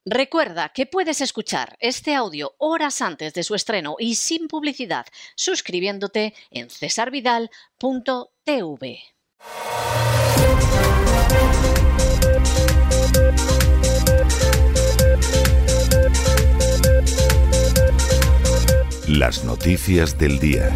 Recuerda que puedes escuchar este audio horas antes de su estreno y sin publicidad suscribiéndote en cesarvidal.tv. Las noticias del día.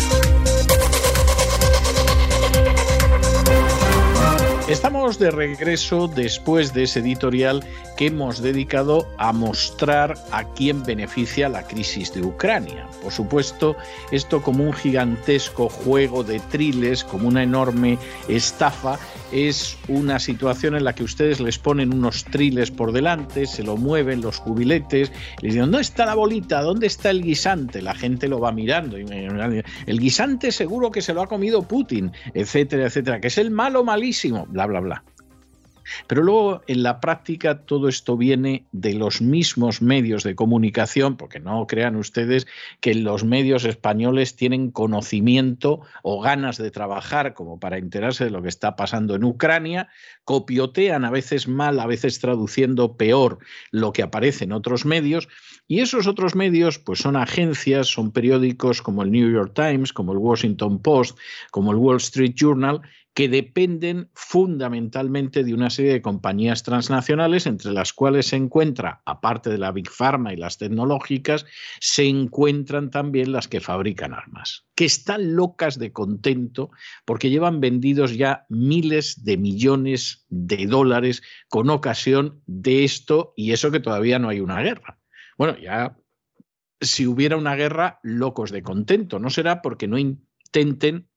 Estamos de regreso después de ese editorial que hemos dedicado a mostrar a quién beneficia la crisis de Ucrania. Por supuesto, esto como un gigantesco juego de triles, como una enorme estafa, es una situación en la que ustedes les ponen unos triles por delante, se lo mueven los cubiletes, les dicen, ¿dónde está la bolita? ¿Dónde está el guisante? La gente lo va mirando. El guisante seguro que se lo ha comido Putin, etcétera, etcétera, que es el malo malísimo, bla, bla, bla. Pero luego en la práctica todo esto viene de los mismos medios de comunicación, porque no crean ustedes que los medios españoles tienen conocimiento o ganas de trabajar como para enterarse de lo que está pasando en Ucrania, copiotean a veces mal, a veces traduciendo peor lo que aparece en otros medios, y esos otros medios pues son agencias, son periódicos como el New York Times, como el Washington Post, como el Wall Street Journal, que dependen fundamentalmente de una serie de compañías transnacionales, entre las cuales se encuentra, aparte de la Big Pharma y las tecnológicas, se encuentran también las que fabrican armas, que están locas de contento porque llevan vendidos ya miles de millones de dólares con ocasión de esto, y eso que todavía no hay una guerra. Bueno, ya si hubiera una guerra, locos de contento. No será porque no intenten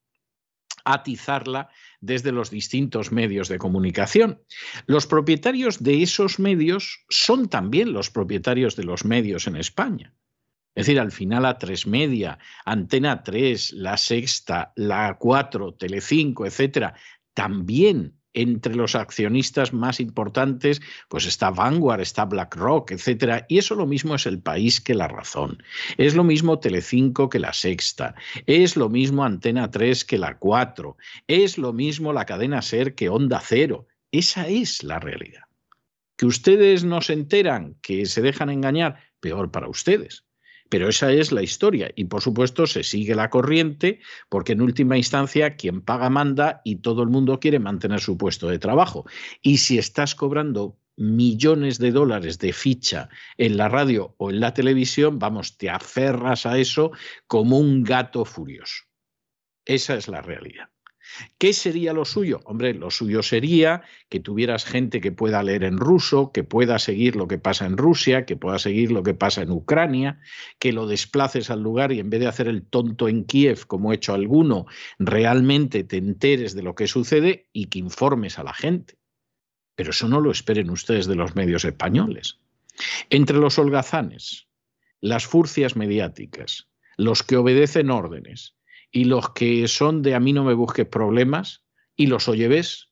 atizarla desde los distintos medios de comunicación. Los propietarios de esos medios son también los propietarios de los medios en España. Es decir, al final A3 Media, Antena 3, La Sexta, La 4, Telecinco, etcétera, también entre los accionistas más importantes pues está Vanguard, está BlackRock, etcétera, y eso lo mismo es El País que La Razón, es lo mismo Telecinco que La Sexta, es lo mismo Antena 3 que La 4, es lo mismo la cadena SER que Onda Cero. Esa es la realidad. Que ustedes no se enteran, que se dejan engañar, peor para ustedes. Pero esa es la historia y, por supuesto, se sigue la corriente porque, en última instancia, quien paga manda y todo el mundo quiere mantener su puesto de trabajo. Y si estás cobrando millones de dólares de ficha en la radio o en la televisión, vamos, te aferras a eso como un gato furioso. Esa es la realidad. ¿Qué sería lo suyo? Hombre, lo suyo sería que tuvieras gente que pueda leer en ruso, que pueda seguir lo que pasa en Rusia, que pueda seguir lo que pasa en Ucrania, que lo desplaces al lugar y en vez de hacer el tonto en Kiev, como ha hecho alguno, realmente te enteres de lo que sucede y que informes a la gente. Pero eso no lo esperen ustedes de los medios españoles. Entre los holgazanes, las furcias mediáticas, los que obedecen órdenes, y los que son de a mí no me busques problemas, y los oyes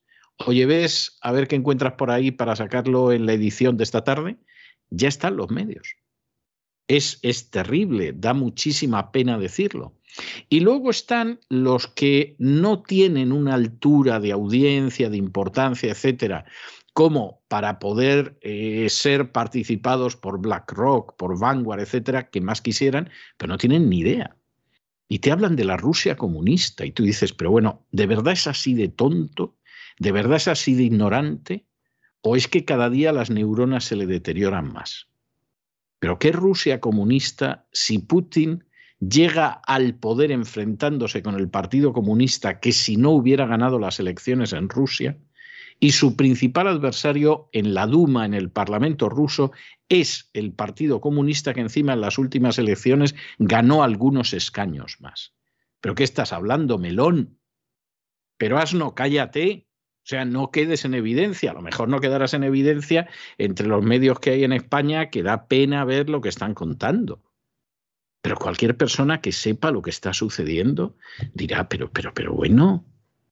a ver qué encuentras por ahí para sacarlo en la edición de esta tarde, ya están los medios. Es terrible, da muchísima pena decirlo. Y luego están los que no tienen una altura de audiencia, de importancia, etcétera, como para poder ser participados por BlackRock, por Vanguard, etcétera, que más quisieran, pero no tienen ni idea. Y te hablan de la Rusia comunista y tú dices, pero bueno, ¿de verdad es así de tonto? ¿De verdad es así de ignorante? ¿O es que cada día las neuronas se le deterioran más? ¿Pero qué Rusia comunista si Putin llega al poder enfrentándose con el Partido Comunista, que si no hubiera ganado las elecciones en Rusia, y su principal adversario en la Duma, en el Parlamento ruso, es el Partido Comunista, que encima en las últimas elecciones ganó algunos escaños más? ¿Pero qué estás hablando, melón? Pero asno, cállate. O sea, no quedes en evidencia. A lo mejor no quedarás en evidencia entre los medios que hay en España, que da pena ver lo que están contando. Pero cualquier persona que sepa lo que está sucediendo dirá, pero bueno...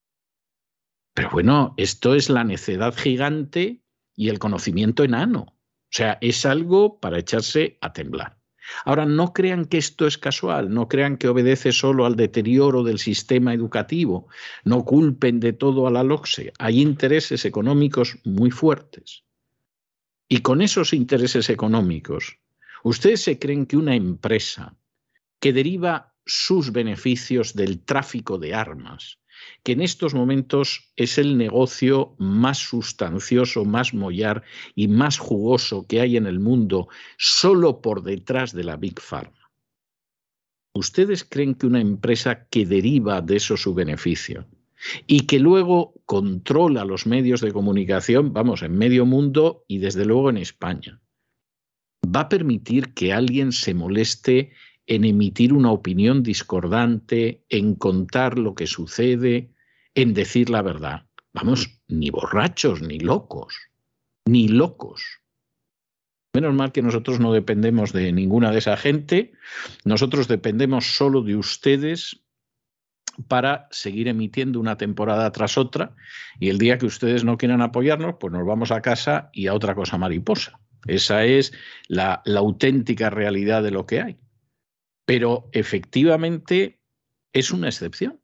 Pero bueno, esto es la necedad gigante y el conocimiento enano. O sea, es algo para echarse a temblar. Ahora, no crean que esto es casual, no crean que obedece solo al deterioro del sistema educativo, no culpen de todo a la LOCSE. Hay intereses económicos muy fuertes. Y con esos intereses económicos, ¿ustedes se creen que una empresa que deriva sus beneficios del tráfico de armas, que en estos momentos es el negocio más sustancioso, más mollar y más jugoso que hay en el mundo, solo por detrás de la Big Pharma? ¿Ustedes creen que una empresa que deriva de eso su beneficio y que luego controla los medios de comunicación, vamos, en medio mundo y desde luego en España, va a permitir que alguien se moleste en emitir una opinión discordante, en contar lo que sucede, en decir la verdad? Vamos, ni borrachos, ni locos, ni locos. Menos mal que nosotros no dependemos de ninguna de esa gente, nosotros dependemos solo de ustedes para seguir emitiendo una temporada tras otra, y el día que ustedes no quieran apoyarnos, pues nos vamos a casa y a otra cosa mariposa. Esa es la auténtica realidad de lo que hay. Pero efectivamente es una excepción,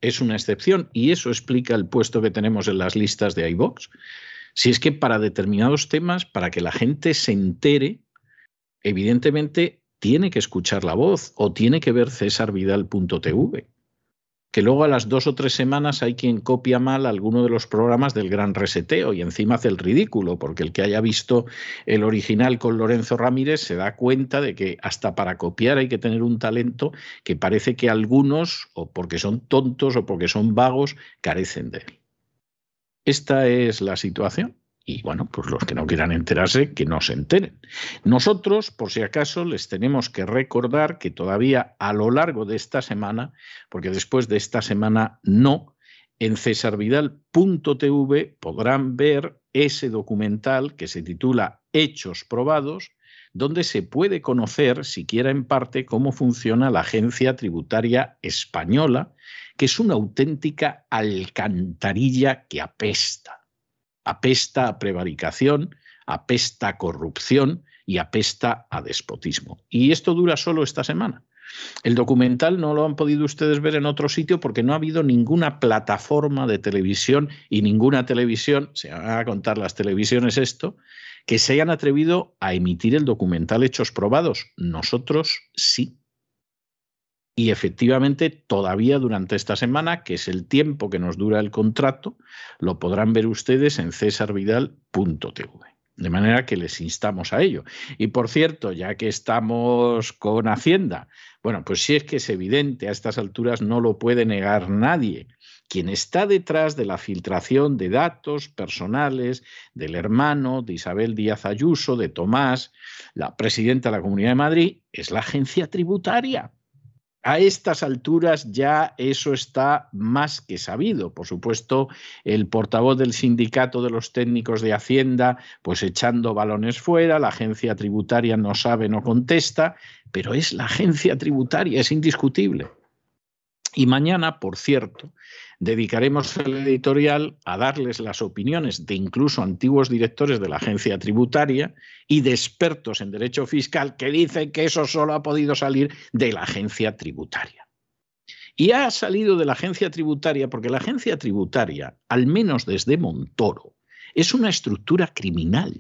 y eso explica el puesto que tenemos en las listas de iVox. Si es que para determinados temas, para que la gente se entere, evidentemente tiene que escuchar la voz o tiene que ver cesarvidal.tv. Que luego a las 2 o 3 semanas hay quien copia mal alguno de los programas del Gran Reseteo y encima hace el ridículo, porque el que haya visto el original con Lorenzo Ramírez se da cuenta de que hasta para copiar hay que tener un talento que parece que algunos, o porque son tontos o porque son vagos, carecen de él. Esta es la situación. Y bueno, pues los que no quieran enterarse, que no se enteren. Nosotros, por si acaso, les tenemos que recordar que todavía a lo largo de esta semana, porque después de esta semana no, en cesarvidal.tv podrán ver ese documental que se titula Hechos Probados, donde se puede conocer, siquiera en parte, cómo funciona la Agencia Tributaria Española, que es una auténtica alcantarilla que apesta. Apesta a prevaricación, apesta a corrupción y apesta a despotismo. Y esto dura solo esta semana. El documental no lo han podido ustedes ver en otro sitio porque no ha habido ninguna plataforma de televisión y ninguna televisión, se van a contar las televisiones esto, que se hayan atrevido a emitir el documental Hechos Probados. Nosotros sí. Y efectivamente, todavía durante esta semana, que es el tiempo que nos dura el contrato, lo podrán ver ustedes en cesarvidal.tv. De manera que les instamos a ello. Y por cierto, ya que estamos con Hacienda, bueno, pues si es que es evidente, a estas alturas no lo puede negar nadie. Quien está detrás de la filtración de datos personales del hermano de Isabel Díaz Ayuso, de Tomás, la presidenta de la Comunidad de Madrid, es la agencia tributaria. A estas alturas ya eso está más que sabido. Por supuesto, el portavoz del Sindicato de los Técnicos de Hacienda, pues echando balones fuera, la agencia tributaria no sabe, no contesta, pero es la agencia tributaria, es indiscutible. Y mañana, por cierto, dedicaremos el editorial a darles las opiniones de incluso antiguos directores de la agencia tributaria y de expertos en derecho fiscal que dicen que eso solo ha podido salir de la agencia tributaria. Y ha salido de la agencia tributaria porque la agencia tributaria, al menos desde Montoro, es una estructura criminal.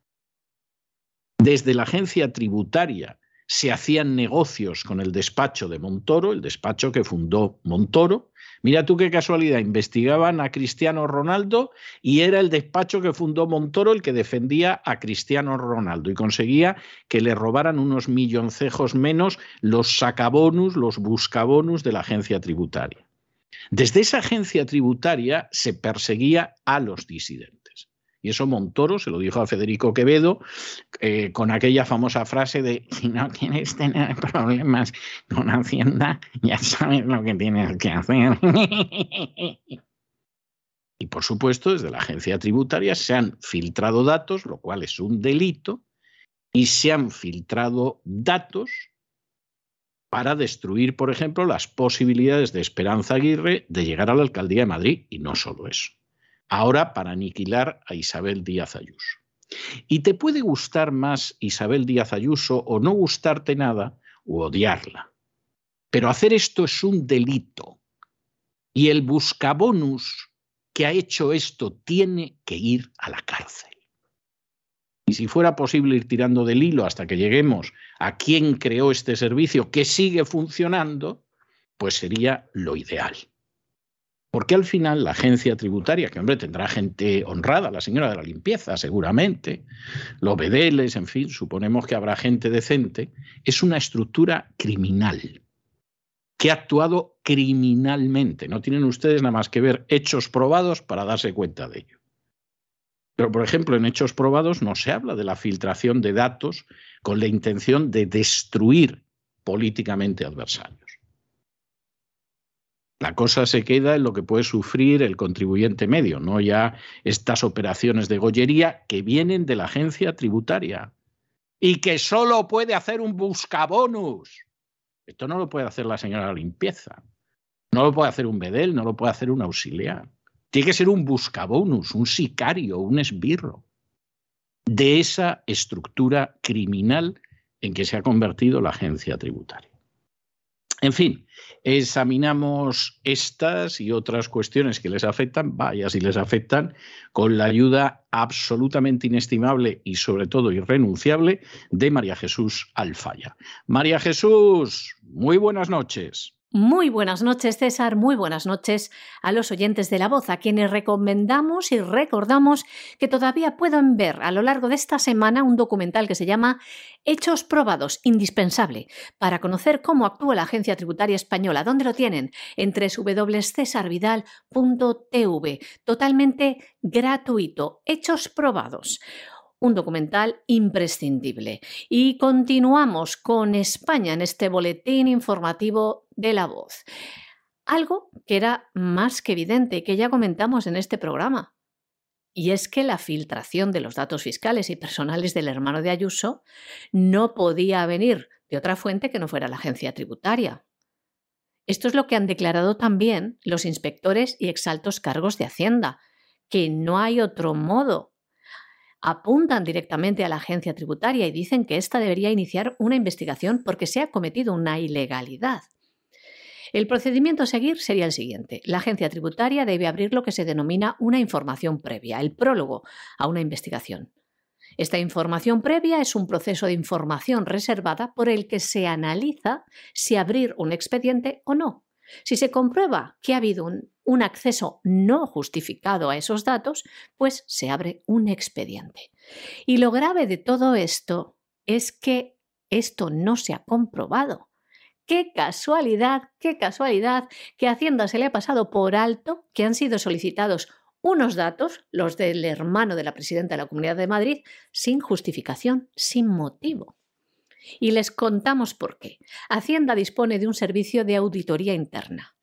Desde la agencia tributaria se hacían negocios con el despacho de Montoro, el despacho que fundó Montoro. Mira tú qué casualidad, investigaban a Cristiano Ronaldo y era el despacho que fundó Montoro el que defendía a Cristiano Ronaldo y conseguía que le robaran unos milloncejos menos los sacabonus, los buscabonus de la agencia tributaria. Desde esa agencia tributaria se perseguía a los disidentes. Y eso Montoro se lo dijo a Federico Quevedo con aquella famosa frase de si no quieres tener problemas con Hacienda, ya sabes lo que tienes que hacer. Y por supuesto, desde la agencia tributaria se han filtrado datos, lo cual es un delito, y se han filtrado datos para destruir, por ejemplo, las posibilidades de Esperanza Aguirre de llegar a la alcaldía de Madrid. Y no solo eso. Ahora para aniquilar a Isabel Díaz Ayuso. Y te puede gustar más Isabel Díaz Ayuso o no gustarte nada o odiarla. Pero hacer esto es un delito. Y el buscabonus que ha hecho esto tiene que ir a la cárcel. Y si fuera posible ir tirando del hilo hasta que lleguemos a quién creó este servicio que sigue funcionando, pues sería lo ideal. Porque al final la agencia tributaria, que hombre tendrá gente honrada, la señora de la limpieza seguramente, los bedeles, en fin, suponemos que habrá gente decente, es una estructura criminal que ha actuado criminalmente. No tienen ustedes nada más que ver hechos probados para darse cuenta de ello. Pero, por ejemplo, en hechos probados no se habla de la filtración de datos con la intención de destruir políticamente adversarios. La cosa se queda en lo que puede sufrir el contribuyente medio, no ya estas operaciones de gollería que vienen de la agencia tributaria y que solo puede hacer un buscabonus. Esto no lo puede hacer la señora de la limpieza, no lo puede hacer un bedel, no lo puede hacer un auxiliar. Tiene que ser un buscabonus, un sicario, un esbirro de esa estructura criminal en que se ha convertido la agencia tributaria. En fin, examinamos estas y otras cuestiones que les afectan, vaya si les afectan, con la ayuda absolutamente inestimable y sobre todo irrenunciable de María Jesús Alfaya. María Jesús, muy buenas noches. Muy buenas noches, César. Muy buenas noches a los oyentes de La Voz, a quienes recomendamos y recordamos que todavía pueden ver a lo largo de esta semana un documental que se llama Hechos probados, indispensable, para conocer cómo actúa la Agencia Tributaria Española. ¿Dónde lo tienen? En www.cesarvidal.tv. Totalmente gratuito. Hechos probados. Un documental imprescindible. Y continuamos con España en este boletín informativo de La Voz. Algo que era más que evidente y que ya comentamos en este programa. Y es que la filtración de los datos fiscales y personales del hermano de Ayuso no podía venir de otra fuente que no fuera la agencia tributaria. Esto es lo que han declarado también los inspectores y exaltos cargos de Hacienda, que no hay otro modo. Apuntan directamente a la agencia tributaria y dicen que ésta debería iniciar una investigación porque se ha cometido una ilegalidad. El procedimiento a seguir sería el siguiente. La agencia tributaria debe abrir lo que se denomina una información previa, el prólogo a una investigación. Esta información previa es un proceso de información reservada por el que se analiza si abrir un expediente o no. Si se comprueba que ha habido un acceso no justificado a esos datos, pues se abre un expediente. Y lo grave de todo esto es que esto no se ha comprobado. ¡Qué casualidad que a Hacienda se le ha pasado por alto que han sido solicitados unos datos, los del hermano de la presidenta de la Comunidad de Madrid, sin justificación, sin motivo! Y les contamos por qué. Hacienda dispone de un servicio de auditoría interna,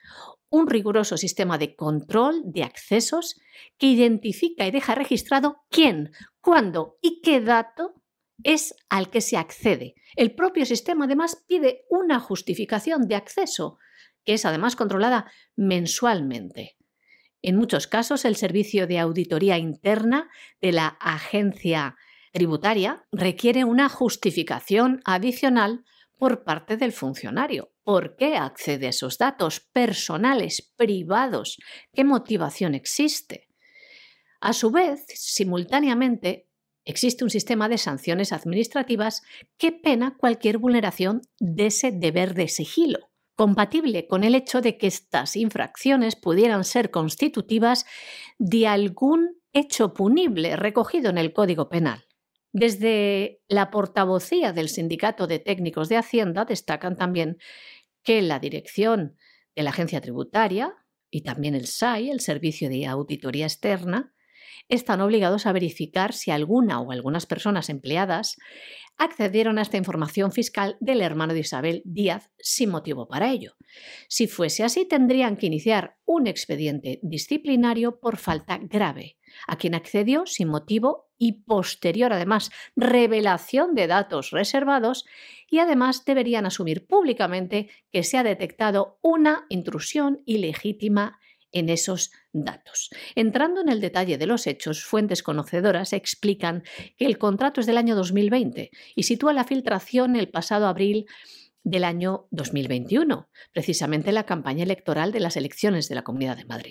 un riguroso sistema de control de accesos que identifica y deja registrado quién, cuándo y qué dato es al que se accede. El propio sistema además pide una justificación de acceso, que es además controlada mensualmente. En muchos casos, el servicio de auditoría interna de la agencia tributaria requiere una justificación adicional por parte del funcionario. ¿Por qué accede a esos datos personales, privados? ¿Qué motivación existe? A su vez, simultáneamente, existe un sistema de sanciones administrativas que pena cualquier vulneración de ese deber de sigilo, compatible con el hecho de que estas infracciones pudieran ser constitutivas de algún hecho punible recogido en el Código Penal. Desde la portavocía del Sindicato de Técnicos de Hacienda destacan también que la dirección de la agencia tributaria y también el SAI, el Servicio de Auditoría Externa, están obligados a verificar si alguna o algunas personas empleadas accedieron a esta información fiscal del hermano de Isabel Díaz sin motivo para ello. Si fuese así, tendrían que iniciar un expediente disciplinario por falta grave a quien accedió sin motivo y posterior, además, revelación de datos reservados, y además deberían asumir públicamente que se ha detectado una intrusión ilegítima en esos datos. Entrando en el detalle de los hechos, fuentes conocedoras explican que el contrato es del año 2020 y sitúa la filtración el pasado abril del año 2021, precisamente la campaña electoral de las elecciones de la Comunidad de Madrid.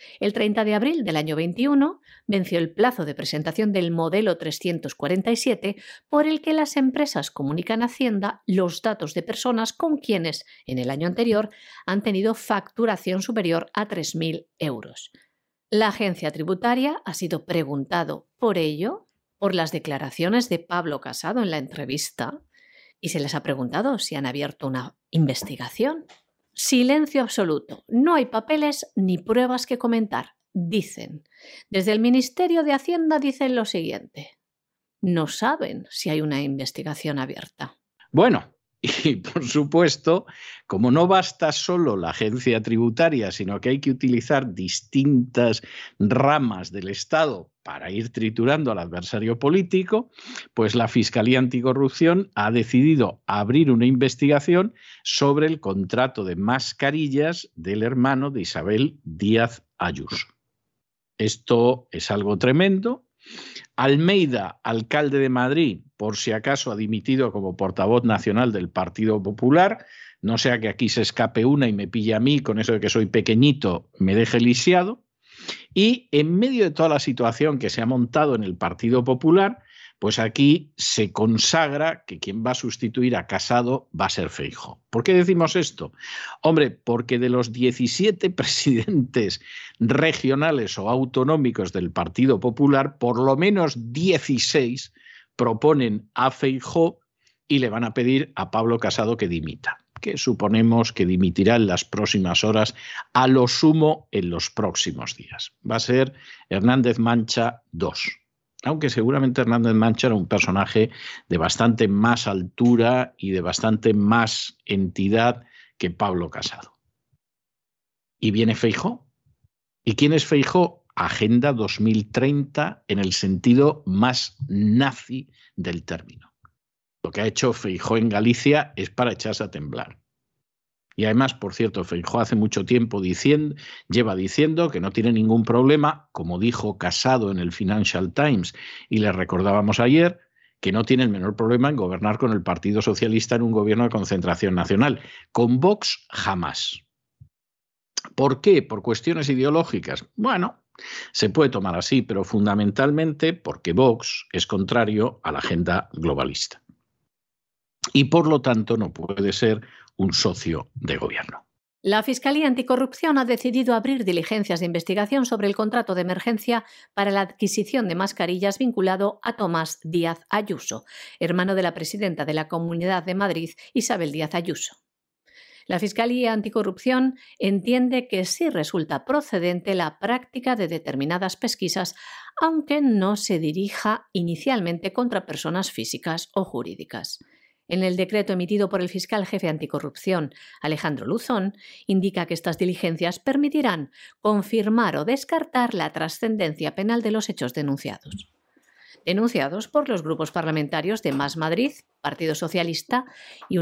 El 30 de abril del año 21 venció el plazo de presentación del modelo 347 por el que las empresas comunican a Hacienda los datos de personas con quienes en el año anterior han tenido facturación superior a 3.000 euros. La agencia tributaria ha sido preguntado por ello, por las declaraciones de Pablo Casado en la entrevista, y se les ha preguntado si han abierto una investigación. Silencio absoluto. No hay papeles ni pruebas que comentar, dicen. Desde el Ministerio de Hacienda dicen lo siguiente. No saben si hay una investigación abierta. Bueno, y por supuesto, como no basta solo la agencia tributaria, sino que hay que utilizar distintas ramas del Estado para ir triturando al adversario político, pues la Fiscalía Anticorrupción ha decidido abrir una investigación sobre el contrato de mascarillas del hermano de Isabel Díaz Ayuso. Esto es algo tremendo. Almeida, alcalde de Madrid, por si acaso ha dimitido como portavoz nacional del Partido Popular, no sea que aquí se escape una y me pille a mí con eso de que soy pequeñito, me deje lisiado. Y en medio de toda la situación que se ha montado en el Partido Popular, pues aquí se consagra que quien va a sustituir a Casado va a ser Feijóo. ¿Por qué decimos esto? Hombre, porque de los 17 presidentes regionales o autonómicos del Partido Popular, por lo menos 16 proponen a Feijóo y le van a pedir a Pablo Casado que dimita, que suponemos que dimitirá en las próximas horas, a lo sumo en los próximos días. Va a ser Hernández Mancha 2. Aunque seguramente Hernández Mancha era un personaje de bastante más altura y de bastante más entidad que Pablo Casado. Y viene Feijóo. ¿Y quién es Feijóo? Agenda 2030 en el sentido más nazi del término. Lo que ha hecho Feijóo en Galicia es para echarse a temblar. Y además, por cierto, Feijóo hace mucho tiempo lleva diciendo que no tiene ningún problema, como dijo Casado en el Financial Times, y le recordábamos ayer, que no tiene el menor problema en gobernar con el Partido Socialista en un gobierno de concentración nacional. Con Vox, jamás. ¿Por qué? ¿Por cuestiones ideológicas? Bueno, se puede tomar así, pero fundamentalmente porque Vox es contrario a la agenda globalista. Y por lo tanto no puede ser un socio de gobierno. La Fiscalía Anticorrupción ha decidido abrir diligencias de investigación sobre el contrato de emergencia para la adquisición de mascarillas vinculado a Tomás Díaz Ayuso, hermano de la presidenta de la Comunidad de Madrid, Isabel Díaz Ayuso. La Fiscalía Anticorrupción entiende que sí resulta procedente la práctica de determinadas pesquisas, aunque no se dirija inicialmente contra personas físicas o jurídicas. En el decreto emitido por el fiscal jefe anticorrupción, Alejandro Luzón, indica que estas diligencias permitirán confirmar o descartar la trascendencia penal de los hechos denunciados. Denunciados por los grupos parlamentarios de Más Madrid, Partido Socialista y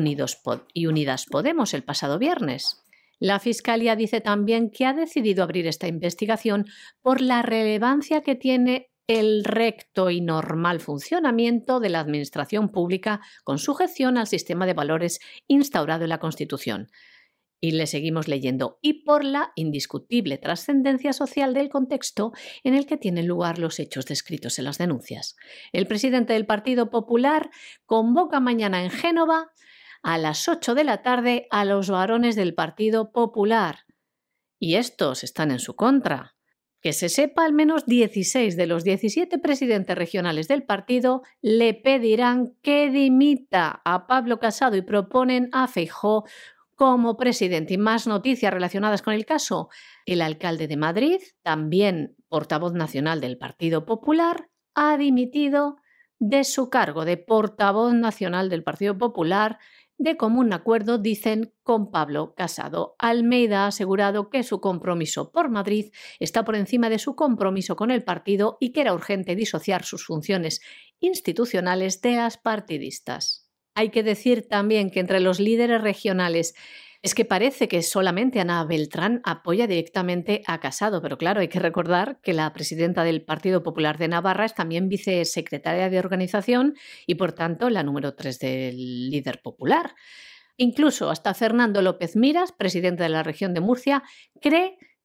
Unidas Podemos el pasado viernes. La Fiscalía dice también que ha decidido abrir esta investigación por la relevancia que tiene el recto y normal funcionamiento de la Administración pública con sujeción al sistema de valores instaurado en la Constitución. Y le seguimos leyendo, y por la indiscutible trascendencia social del contexto en el que tienen lugar los hechos descritos en las denuncias. El presidente del Partido Popular convoca mañana en Génova a las 8 de la tarde a los varones del Partido Popular. Y estos están en su contra. Que se sepa, al menos 16 de los 17 presidentes regionales del partido le pedirán que dimita a Pablo Casado y proponen a Feijóo como presidente. Y más noticias relacionadas con el caso. El alcalde de Madrid, también portavoz nacional del Partido Popular, ha dimitido de su cargo de portavoz nacional del Partido Popular de común acuerdo, dicen, con Pablo Casado. Almeida ha asegurado que su compromiso por Madrid está por encima de su compromiso con el partido y que era urgente disociar sus funciones institucionales de las partidistas. Hay que decir también que entre los líderes regionales es que parece que solamente Ana Beltrán apoya directamente a Casado, pero claro, hay que recordar que la presidenta del Partido Popular de Navarra es también vicesecretaria de organización y, por tanto, la número 3 del líder popular. Incluso hasta Fernando López Miras, presidente de la región de Murcia, cree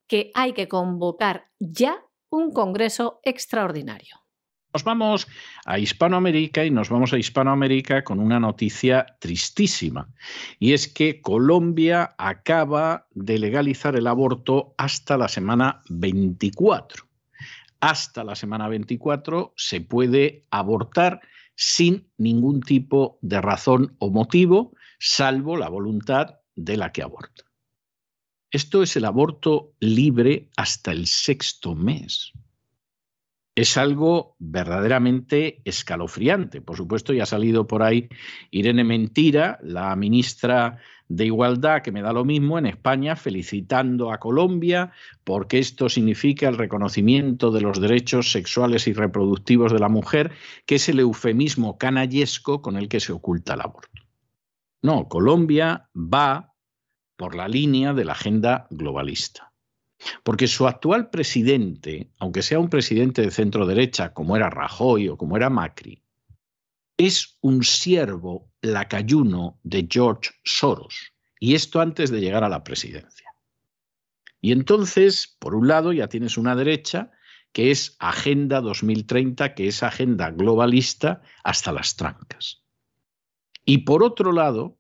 que hay que convocar ya un congreso extraordinario. Nos vamos a Hispanoamérica y nos vamos a Hispanoamérica con una noticia tristísima. Y es que Colombia acaba de legalizar el aborto hasta la semana 24. Hasta la semana 24 se puede abortar sin ningún tipo de razón o motivo, salvo la voluntad de la que aborta. Esto es el aborto libre hasta el 6º mes. Es algo verdaderamente escalofriante. Por supuesto, ya ha salido por ahí Irene Mentira, la ministra de Igualdad, que me da lo mismo, en España, felicitando a Colombia porque esto significa el reconocimiento de los derechos sexuales y reproductivos de la mujer, que es el eufemismo canallesco con el que se oculta el aborto. No, Colombia va por la línea de la agenda globalista. Porque su actual presidente, aunque sea un presidente de centro derecha como era Rajoy o como era Macri, es un siervo lacayuno de George Soros, y esto antes de llegar a la presidencia. Y entonces, por un lado, ya tienes una derecha que es Agenda 2030, que es agenda globalista hasta las trancas. Y por otro lado,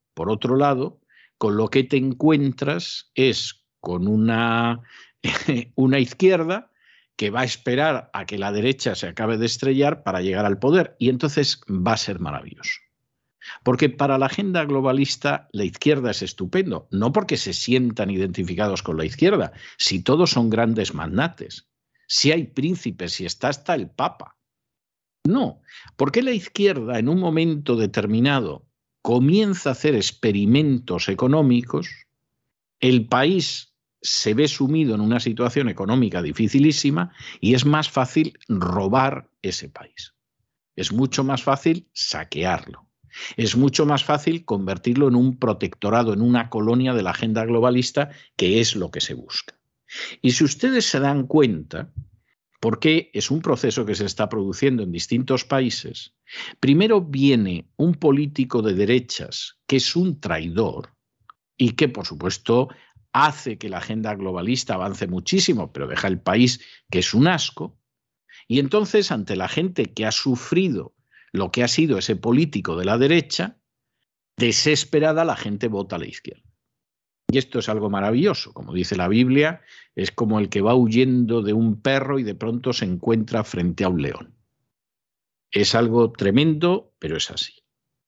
con lo que te encuentras es con una izquierda que va a esperar a que la derecha se acabe de estrellar para llegar al poder, y entonces va a ser maravilloso. Porque para la agenda globalista la izquierda es estupendo, no porque se sientan identificados con la izquierda, si todos son grandes magnates, si hay príncipes, si está hasta el Papa. No, porque la izquierda en un momento determinado comienza a hacer experimentos económicos, el país se ve sumido en una situación económica dificilísima y es más fácil robar ese país. Es mucho más fácil saquearlo. Es mucho más fácil convertirlo en un protectorado, en una colonia de la agenda globalista, que es lo que se busca. Y si ustedes se dan cuenta, porque es un proceso que se está produciendo en distintos países, primero viene un político de derechas que es un traidor y que, por supuesto, hace que la agenda globalista avance muchísimo, pero deja el país que es un asco. Y entonces, ante la gente que ha sufrido lo que ha sido ese político de la derecha, desesperada la gente vota a la izquierda. Y esto es algo maravilloso. Como dice la Biblia, es como el que va huyendo de un perro y de pronto se encuentra frente a un león. Es algo tremendo, pero es así.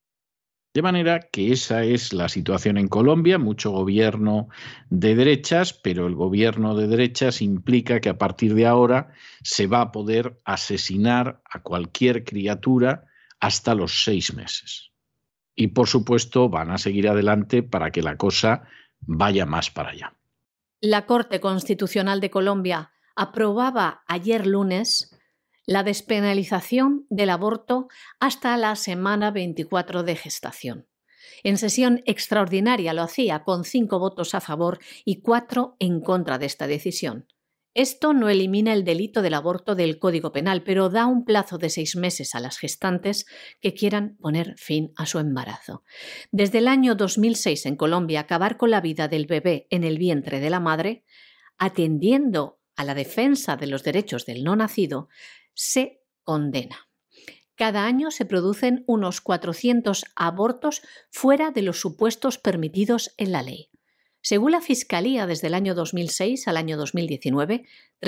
De manera que esa es la situación en Colombia, mucho gobierno de derechas, pero el gobierno de derechas implica que a partir de ahora se va a poder asesinar a cualquier criatura hasta los 6 meses. Y por supuesto van a seguir adelante para que la cosa vaya más para allá. La Corte Constitucional de Colombia aprobaba ayer lunes la despenalización del aborto hasta la semana 24 de gestación. En sesión extraordinaria lo hacía con 5 votos a favor y 4 en contra de esta decisión. Esto no elimina el delito del aborto del Código Penal, pero da un plazo de 6 meses a las gestantes que quieran poner fin a su embarazo. Desde el año 2006 en Colombia, acabar con la vida del bebé en el vientre de la madre, atendiendo a la defensa de los derechos del no nacido, se condena. Cada año se producen unos 400 abortos fuera de los supuestos permitidos en la ley. Según la Fiscalía, desde el año 2006 al año 2019,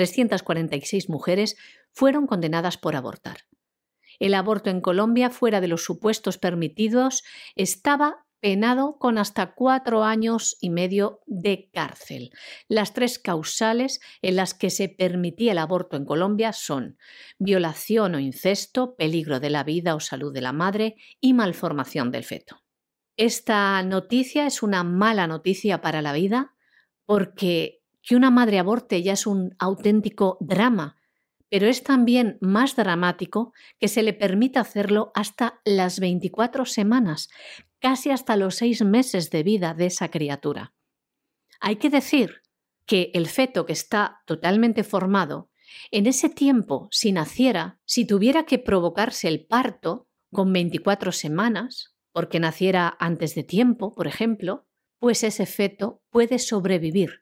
346 mujeres fueron condenadas por abortar. El aborto en Colombia, fuera de los supuestos permitidos, estaba penado con hasta 4 años y medio de cárcel. Las 3 causales en las que se permitía el aborto en Colombia son violación o incesto, peligro de la vida o salud de la madre y malformación del feto. Esta noticia es una mala noticia para la vida porque que una madre aborte ya es un auténtico drama, pero es también más dramático que se le permita hacerlo hasta las 24 semanas, casi hasta los 6 meses de vida de esa criatura. Hay que decir que el feto que está totalmente formado, en ese tiempo, si naciera, si tuviera que provocarse el parto con 24 semanas, porque naciera antes de tiempo, por ejemplo, pues ese feto puede sobrevivir.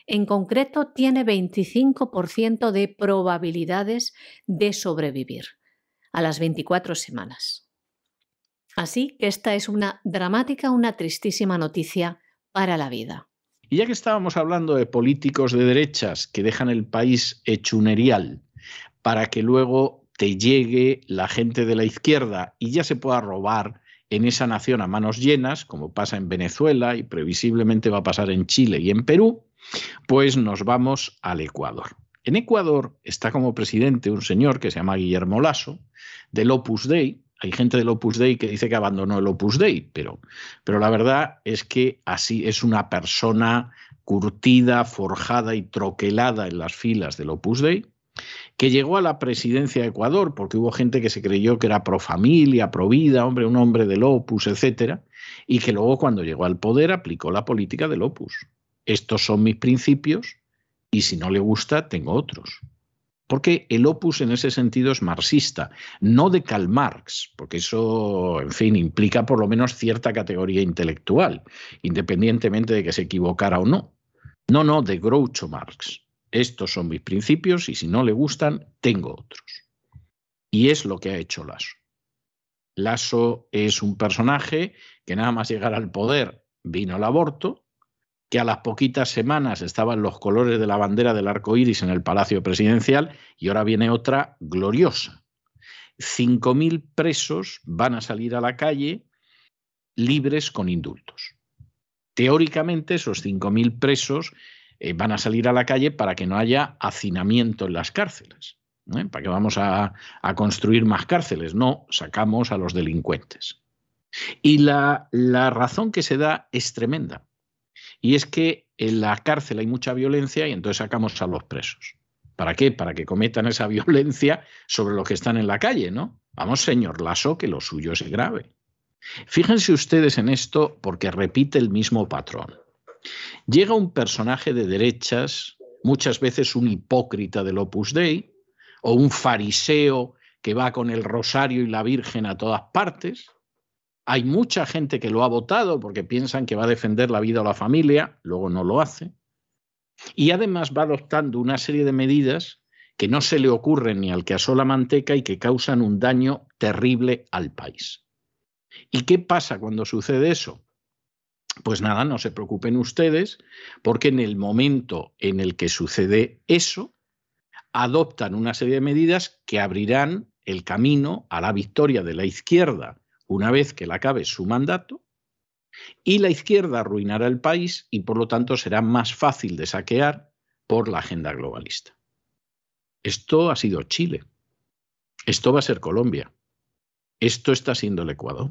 En concreto, tiene 25% de probabilidades de sobrevivir a las 24 semanas. Así que esta es una dramática, una tristísima noticia para la vida. Y ya que estábamos hablando de políticos de derechas que dejan el país hecho un erial para que luego te llegue la gente de la izquierda y ya se pueda robar en esa nación a manos llenas, como pasa en Venezuela y previsiblemente va a pasar en Chile y en Perú, pues nos vamos al Ecuador. En Ecuador está como presidente un señor que se llama Guillermo Lasso, del Opus Dei. Hay gente del Opus Dei que dice que abandonó el Opus Dei, pero la verdad es que así es una persona curtida, forjada y troquelada en las filas del Opus Dei, que llegó a la presidencia de Ecuador porque hubo gente que se creyó que era pro familia, pro vida, hombre, un hombre del Opus, etcétera, y que luego cuando llegó al poder aplicó la política del Opus. Estos son mis principios y si no le gusta tengo otros. Porque el Opus en ese sentido es marxista, no de Karl Marx, porque eso, en fin, implica por lo menos cierta categoría intelectual, independientemente de que se equivocara o no. No, de Groucho Marx. Estos son mis principios y si no le gustan, tengo otros. Y es lo que ha hecho Lasso. Lasso es un personaje que nada más llegar al poder vino el aborto, que a las poquitas semanas estaban los colores de la bandera del arco iris en el Palacio Presidencial y ahora viene otra gloriosa. 5.000 presos van a salir a la calle libres con indultos. Teóricamente, esos 5.000 presos van a salir a la calle para que no haya hacinamiento en las cárceles. ¿Para qué vamos a construir más cárceles? No, sacamos a los delincuentes. Y la razón que se da es tremenda. Y es que en la cárcel hay mucha violencia y entonces sacamos a los presos. ¿Para qué? Para que cometan esa violencia sobre los que están en la calle, ¿no? Vamos, señor Lasso, que lo suyo es grave. Fíjense ustedes en esto porque repite el mismo patrón. Llega un personaje de derechas, muchas veces un hipócrita del Opus Dei, o un fariseo que va con el rosario y la Virgen a todas partes. Hay mucha gente que lo ha votado porque piensan que va a defender la vida o la familia, luego no lo hace. Y además va adoptando una serie de medidas que no se le ocurren ni al que asó la manteca y que causan un daño terrible al país. ¿Y qué pasa cuando sucede eso? Pues nada, no se preocupen ustedes, porque en el momento en el que sucede eso, adoptan una serie de medidas que abrirán el camino a la victoria de la izquierda una vez que le acabe su mandato, y la izquierda arruinará el país y por lo tanto será más fácil de saquear por la agenda globalista. Esto ha sido Chile, esto va a ser Colombia, esto está siendo el Ecuador,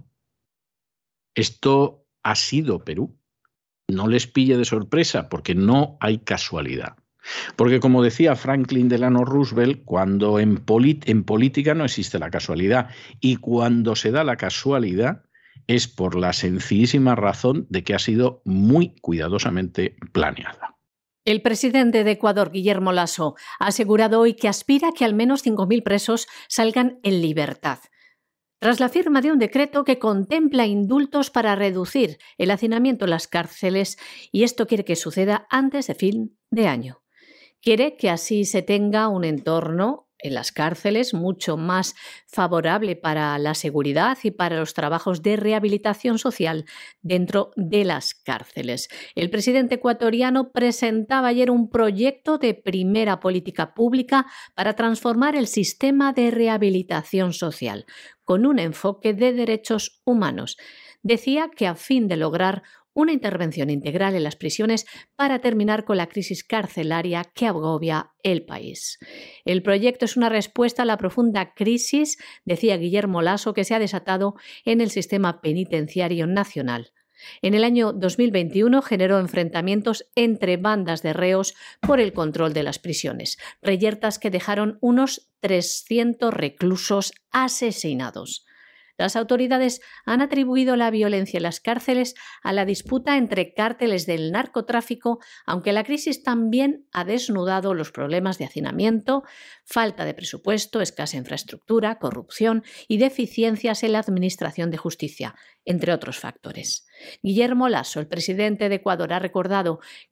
esto ha sido Perú. No les pille de sorpresa porque no hay casualidad. Porque como decía Franklin Delano Roosevelt, cuando en política no existe la casualidad y cuando se da la casualidad es por la sencillísima razón de que ha sido muy cuidadosamente planeada. El presidente de Ecuador, Guillermo Lasso, ha asegurado hoy que aspira a que al menos 5.000 presos salgan en libertad, tras la firma de un decreto que contempla indultos para reducir el hacinamiento en las cárceles, y esto quiere que suceda antes de fin de año. Quiere que así se tenga un entorno en las cárceles mucho más favorable para la seguridad y para los trabajos de rehabilitación social dentro de las cárceles. El presidente ecuatoriano presentaba ayer un proyecto de primera política pública para transformar el sistema de rehabilitación social con un enfoque de derechos humanos. Decía que a fin de lograr una intervención integral en las prisiones para terminar con la crisis carcelaria que agobia el país. El proyecto es una respuesta a la profunda crisis, decía Guillermo Lasso, que se ha desatado en el sistema penitenciario nacional. En el año 2021 generó enfrentamientos entre bandas de reos por el control de las prisiones, reyertas que dejaron unos 300 reclusos asesinados. Las autoridades han atribuido la violencia en las cárceles a la disputa entre cárteles del narcotráfico, aunque la crisis también ha desnudado los problemas de hacinamiento, falta de presupuesto, escasa infraestructura, corrupción y deficiencias en la administración de justicia, entre otros factores. Guillermo Lasso, el presidente de Ecuador, ha recordado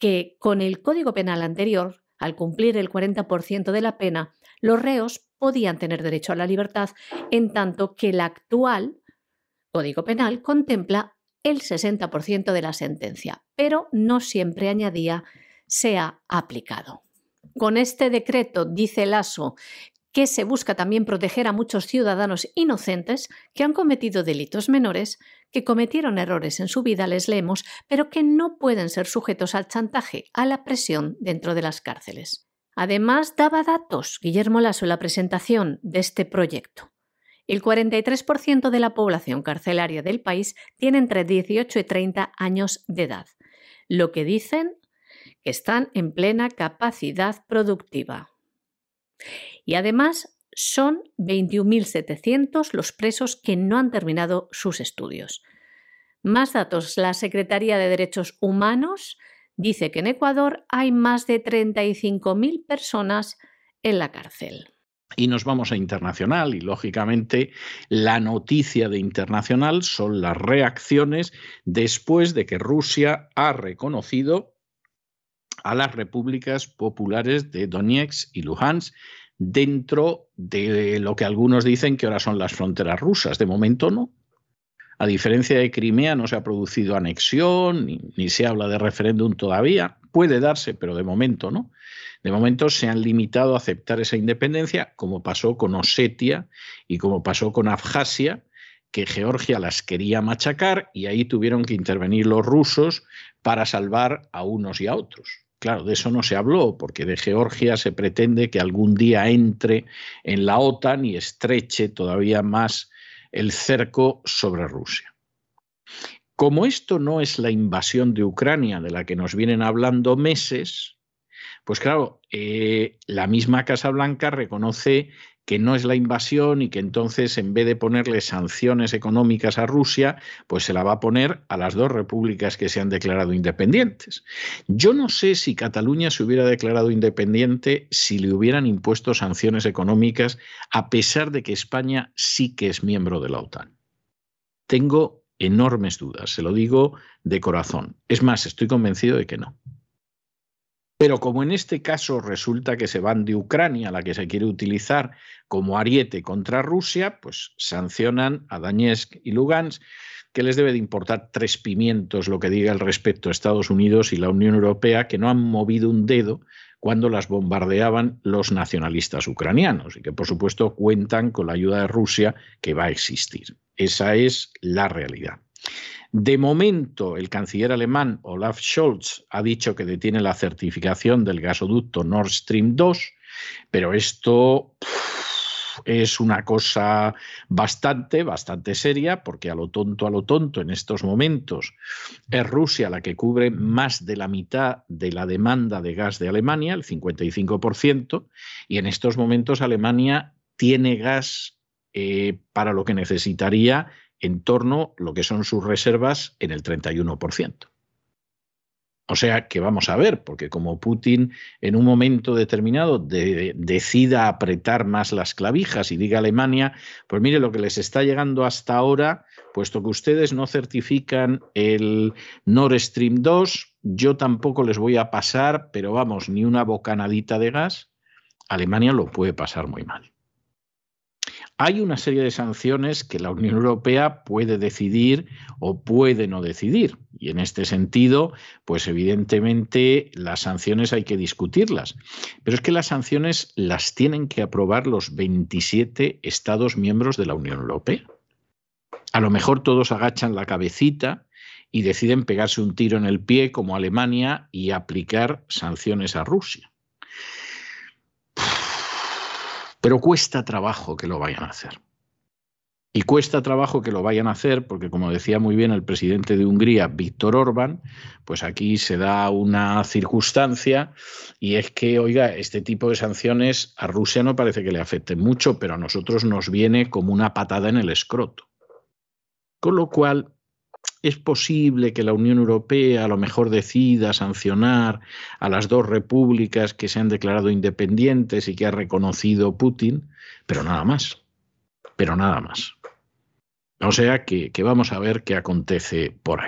que con el Código Penal anterior, al cumplir el 40% de la pena, los reos podían tener derecho a la libertad, en tanto que el actual Código Penal contempla el 60% de la sentencia, pero no siempre añadía sea aplicado. Con este decreto, dice Lasso, que se busca también proteger a muchos ciudadanos inocentes que han cometido delitos menores, que cometieron errores en su vida, les leemos, pero que no pueden ser sujetos al chantaje, a la presión dentro de las cárceles. Además, daba datos Guillermo Lasso en la presentación de este proyecto. El 43% de la población carcelaria del país tiene entre 18 y 30 años de edad, lo que dicen que están en plena capacidad productiva. Y además son 21.700 los presos que no han terminado sus estudios. Más datos, la Secretaría de Derechos Humanos dice que en Ecuador hay más de 35.000 personas en la cárcel. Y nos vamos a internacional y, lógicamente, la noticia de internacional son las reacciones después de que Rusia ha reconocido a las repúblicas populares de Donetsk y Luhansk dentro de lo que algunos dicen que ahora son las fronteras rusas. De momento no. A diferencia de Crimea no se ha producido anexión ni se habla de referéndum todavía. Puede darse, pero de momento no. De momento se han limitado a aceptar esa independencia, como pasó con Osetia y como pasó con Abjasia, que Georgia las quería machacar y ahí tuvieron que intervenir los rusos para salvar a unos y a otros. Claro, de eso no se habló, porque de Georgia se pretende que algún día entre en la OTAN y estreche todavía más el cerco sobre Rusia. Como esto no es la invasión de Ucrania de la que nos vienen hablando meses, pues claro, la misma Casa Blanca reconoce que no es la invasión y que entonces en vez de ponerle sanciones económicas a Rusia, pues se la va a poner a las dos repúblicas que se han declarado independientes. Yo no sé si Cataluña se hubiera declarado independiente si le hubieran impuesto sanciones económicas, a pesar de que España sí que es miembro de la OTAN. Tengo enormes dudas, se lo digo de corazón. Es más, estoy convencido de que no. Pero como en este caso resulta que se van de Ucrania, la que se quiere utilizar como ariete contra Rusia, pues sancionan a Donetsk y Lugansk, que les debe de importar 3 pimientos lo que diga al respecto Estados Unidos y la Unión Europea, que no han movido un dedo cuando las bombardeaban los nacionalistas ucranianos y que por supuesto cuentan con la ayuda de Rusia que va a existir. Esa es la realidad. De momento, el canciller alemán Olaf Scholz ha dicho que detiene la certificación del gasoducto Nord Stream 2, pero esto es una cosa bastante seria, porque a lo tonto, en estos momentos es Rusia la que cubre más de la mitad de la demanda de gas de Alemania, el 55%, y en estos momentos Alemania tiene gas para lo que necesitaría en torno a lo que son sus reservas en el 31%. O sea que vamos a ver, porque como Putin en un momento determinado decida apretar más las clavijas y diga a Alemania, pues mire lo que les está llegando hasta ahora, puesto que ustedes no certifican el Nord Stream 2, yo tampoco les voy a pasar, pero vamos, ni una bocanadita de gas, Alemania lo puede pasar muy mal. Hay una serie de sanciones que la Unión Europea puede decidir o puede no decidir. Y en este sentido, pues evidentemente las sanciones hay que discutirlas. Pero es que las sanciones las tienen que aprobar los 27 Estados miembros de la Unión Europea. A lo mejor todos agachan la cabecita y deciden pegarse un tiro en el pie como Alemania y aplicar sanciones a Rusia. Pero cuesta trabajo que lo vayan a hacer. Y cuesta trabajo que lo vayan a hacer porque, como decía muy bien el presidente de Hungría, Viktor Orbán, pues aquí se da una circunstancia y es que, oiga, este tipo de sanciones a Rusia no parece que le afecten mucho, pero a nosotros nos viene como una patada en el escroto. Con lo cual, es posible que la Unión Europea a lo mejor decida sancionar a las dos repúblicas que se han declarado independientes y que ha reconocido Putin, pero nada más. Pero nada más. O sea que vamos a ver qué acontece por ahí.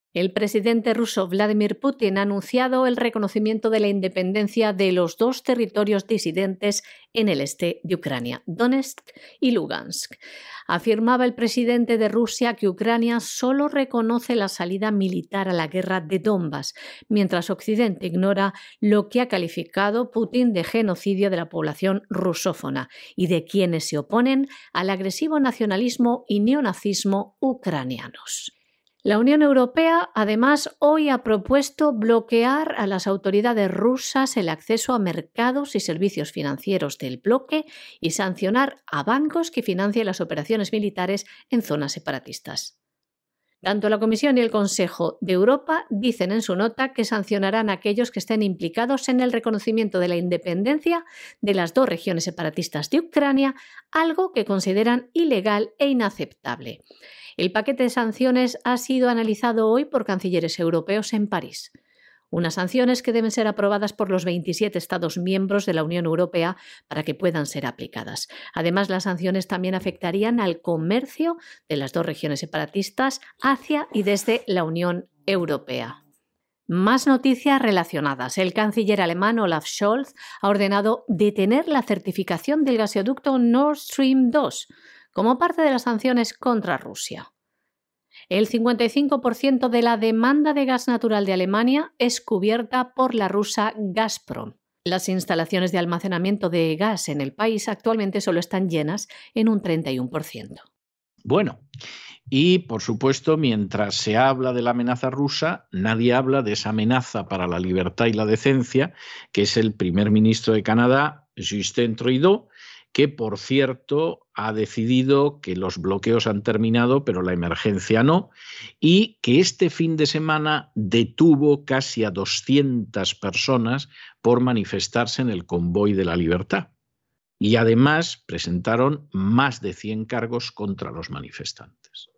El presidente ruso Vladimir Putin ha anunciado el reconocimiento de la independencia de los dos territorios disidentes en el este de Ucrania, Donetsk y Lugansk. Afirmaba el presidente de Rusia que Ucrania solo reconoce la salida militar a la guerra de Donbass, mientras Occidente ignora lo que ha calificado Putin de genocidio de la población rusófona y de quienes se oponen al agresivo nacionalismo y neonazismo ucranianos. La Unión Europea, además, hoy ha propuesto bloquear a las autoridades rusas el acceso a mercados y servicios financieros del bloque y sancionar a bancos que financien las operaciones militares en zonas separatistas. Tanto la Comisión y el Consejo de Europa dicen en su nota que sancionarán a aquellos que estén implicados en el reconocimiento de la independencia de las dos regiones separatistas de Ucrania, algo que consideran ilegal e inaceptable. El paquete de sanciones ha sido analizado hoy por cancilleres europeos en París. Unas sanciones que deben ser aprobadas por los 27 Estados miembros de la Unión Europea para que puedan ser aplicadas. Además, las sanciones también afectarían al comercio de las dos regiones separatistas hacia y desde la Unión Europea. Más noticias relacionadas. El canciller alemán Olaf Scholz ha ordenado detener la certificación del gasoducto Nord Stream 2 como parte de las sanciones contra Rusia. El 55% de la demanda de gas natural de Alemania es cubierta por la rusa Gazprom. Las instalaciones de almacenamiento de gas en el país actualmente solo están llenas en un 31%. Bueno, y por supuesto, mientras se habla de la amenaza rusa, nadie habla de esa amenaza para la libertad y la decencia, que es el primer ministro de Canadá, Justin Trudeau, que, por cierto, ha decidido que los bloqueos han terminado, pero la emergencia no, y que este fin de semana detuvo casi a 200 personas por manifestarse en el Convoy de la Libertad. Y además presentaron más de 100 cargos contra los manifestantes.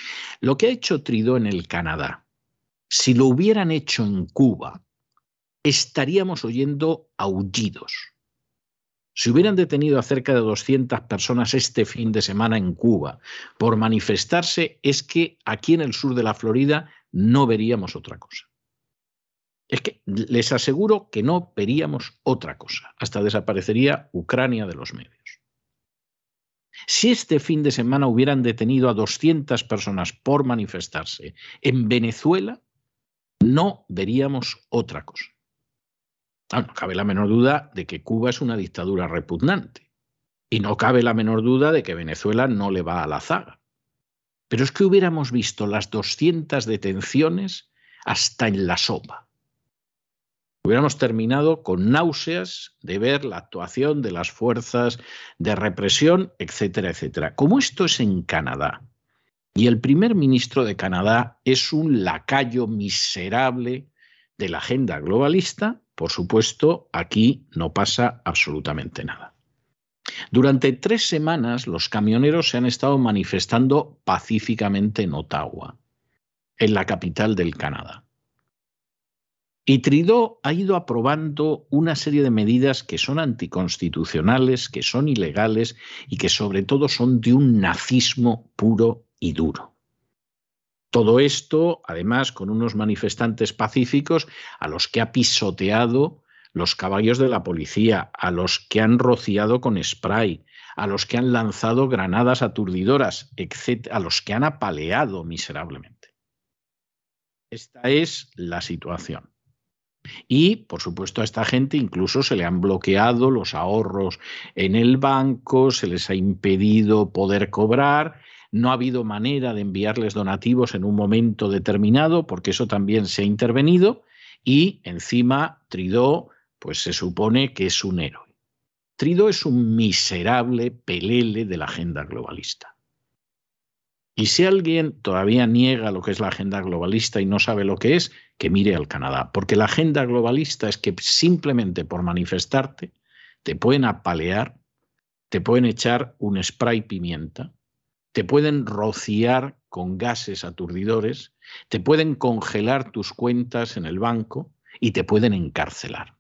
Lo que ha hecho Trudeau en el Canadá, si lo hubieran hecho en Cuba, estaríamos oyendo aullidos. Si hubieran detenido a cerca de 200 personas este fin de semana en Cuba por manifestarse, es que aquí en el sur de la Florida no veríamos otra cosa. Es que les aseguro que no veríamos otra cosa. Hasta desaparecería Ucrania de los medios. Si este fin de semana hubieran detenido a 200 personas por manifestarse en Venezuela, no veríamos otra cosa. No cabe la menor duda de que Cuba es una dictadura repugnante. Y no cabe la menor duda de que Venezuela no le va a la zaga. Pero es que hubiéramos visto las 200 detenciones hasta en la sopa. Hubiéramos terminado con náuseas de ver la actuación de las fuerzas de represión, etcétera, etcétera. Como esto es en Canadá, y el primer ministro de Canadá es un lacayo miserable de la agenda globalista, por supuesto, aquí no pasa absolutamente nada. Durante 3 semanas los camioneros se han estado manifestando pacíficamente en Ottawa, en la capital del Canadá. Y Trudeau ha ido aprobando una serie de medidas que son anticonstitucionales, que son ilegales y que sobre todo son de un nazismo puro y duro. Todo esto, además, con unos manifestantes pacíficos a los que ha pisoteado los caballos de la policía, a los que han rociado con spray, a los que han lanzado granadas aturdidoras, etc., a los que han apaleado miserablemente. Esta es la situación. Y, por supuesto, a esta gente incluso se le han bloqueado los ahorros en el banco, se les ha impedido poder cobrar. No ha habido manera de enviarles donativos en un momento determinado, porque eso también se ha intervenido, y encima Trudeau, pues se supone que es un héroe. Trudeau es un miserable pelele de la agenda globalista. Y si alguien todavía niega lo que es la agenda globalista y no sabe lo que es, que mire al Canadá, porque la agenda globalista es que simplemente por manifestarte te pueden apalear, te pueden echar un spray pimienta, te pueden rociar con gases aturdidores, te pueden congelar tus cuentas en el banco y te pueden encarcelar.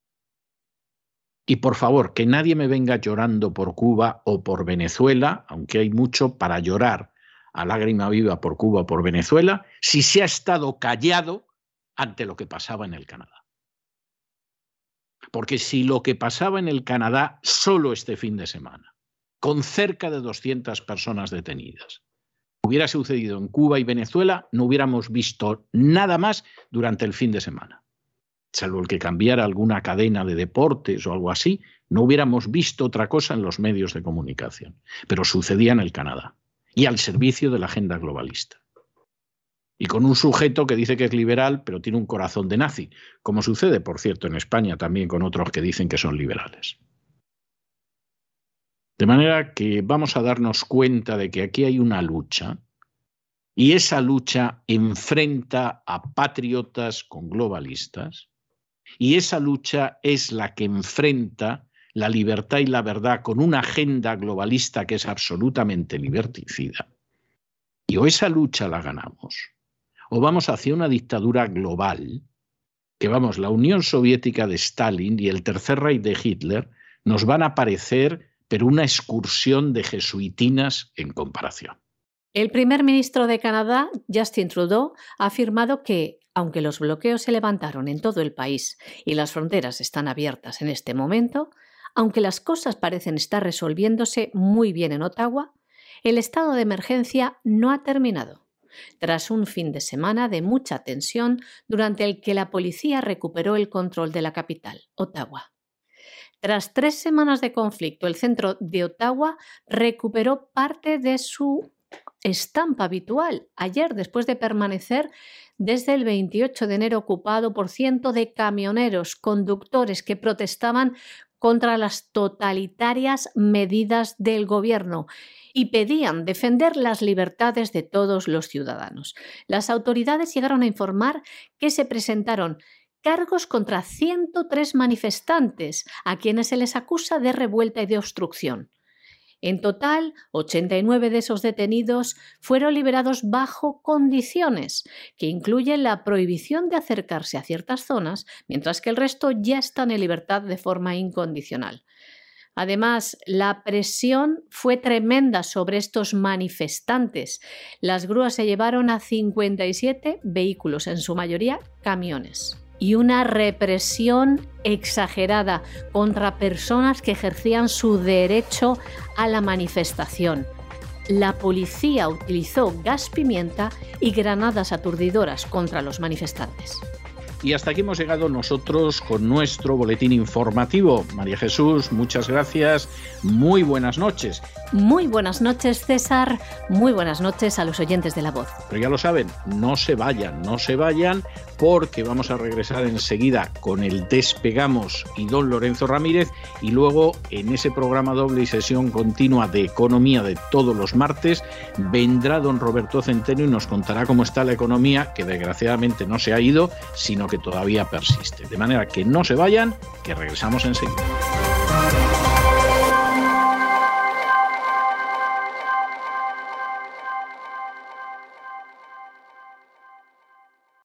Y por favor, que nadie me venga llorando por Cuba o por Venezuela, aunque hay mucho para llorar a lágrima viva por Cuba o por Venezuela si se ha estado callado ante lo que pasaba en el Canadá. Porque si lo que pasaba en el Canadá solo este fin de semana, con cerca de 200 personas detenidas, hubiera sucedido en Cuba y Venezuela, no hubiéramos visto nada más durante el fin de semana. Salvo el que cambiara alguna cadena de deportes o algo así, no hubiéramos visto otra cosa en los medios de comunicación. Pero sucedía en el Canadá y al servicio de la agenda globalista. Y con un sujeto que dice que es liberal, pero tiene un corazón de nazi, como sucede, por cierto, en España también con otros que dicen que son liberales. De manera que vamos a darnos cuenta de que aquí hay una lucha, y esa lucha enfrenta a patriotas con globalistas, y esa lucha es la que enfrenta la libertad y la verdad con una agenda globalista que es absolutamente liberticida. Y o esa lucha la ganamos, o vamos hacia una dictadura global, que vamos, la Unión Soviética de Stalin y el Tercer Reich de Hitler nos van a parecer, pero una excursión de jesuitinas en comparación. El primer ministro de Canadá, Justin Trudeau, ha afirmado que, aunque los bloqueos se levantaron en todo el país y las fronteras están abiertas en este momento, aunque las cosas parecen estar resolviéndose muy bien en Ottawa, el estado de emergencia no ha terminado, tras un fin de semana de mucha tensión durante el que la policía recuperó el control de la capital, Ottawa. Tras 3 semanas de conflicto, el centro de Ottawa recuperó parte de su estampa habitual ayer, después de permanecer desde el 28 de enero ocupado por cientos de camioneros, conductores que protestaban contra las totalitarias medidas del gobierno y pedían defender las libertades de todos los ciudadanos. Las autoridades llegaron a informar que se presentaron cargos contra 103 manifestantes, a quienes se les acusa de revuelta y de obstrucción. En total, 89 de esos detenidos fueron liberados bajo condiciones, que incluyen la prohibición de acercarse a ciertas zonas, mientras que el resto ya están en libertad de forma incondicional. Además, la presión fue tremenda sobre estos manifestantes. Las grúas se llevaron a 57 vehículos, en su mayoría camiones. Y una represión exagerada contra personas que ejercían su derecho a la manifestación. La policía utilizó gas pimienta y granadas aturdidoras contra los manifestantes. Y hasta aquí hemos llegado nosotros con nuestro boletín informativo. María Jesús, muchas gracias. Muy buenas noches. Muy buenas noches, César. Muy buenas noches a los oyentes de La Voz. Pero ya lo saben, no se vayan, porque vamos a regresar enseguida con el Despegamos y don Lorenzo Ramírez, y luego en ese programa doble y sesión continua de economía de todos los martes vendrá don Roberto Centeno y nos contará cómo está la economía, que desgraciadamente no se ha ido, sino que todavía persiste. De manera que no se vayan, que regresamos enseguida.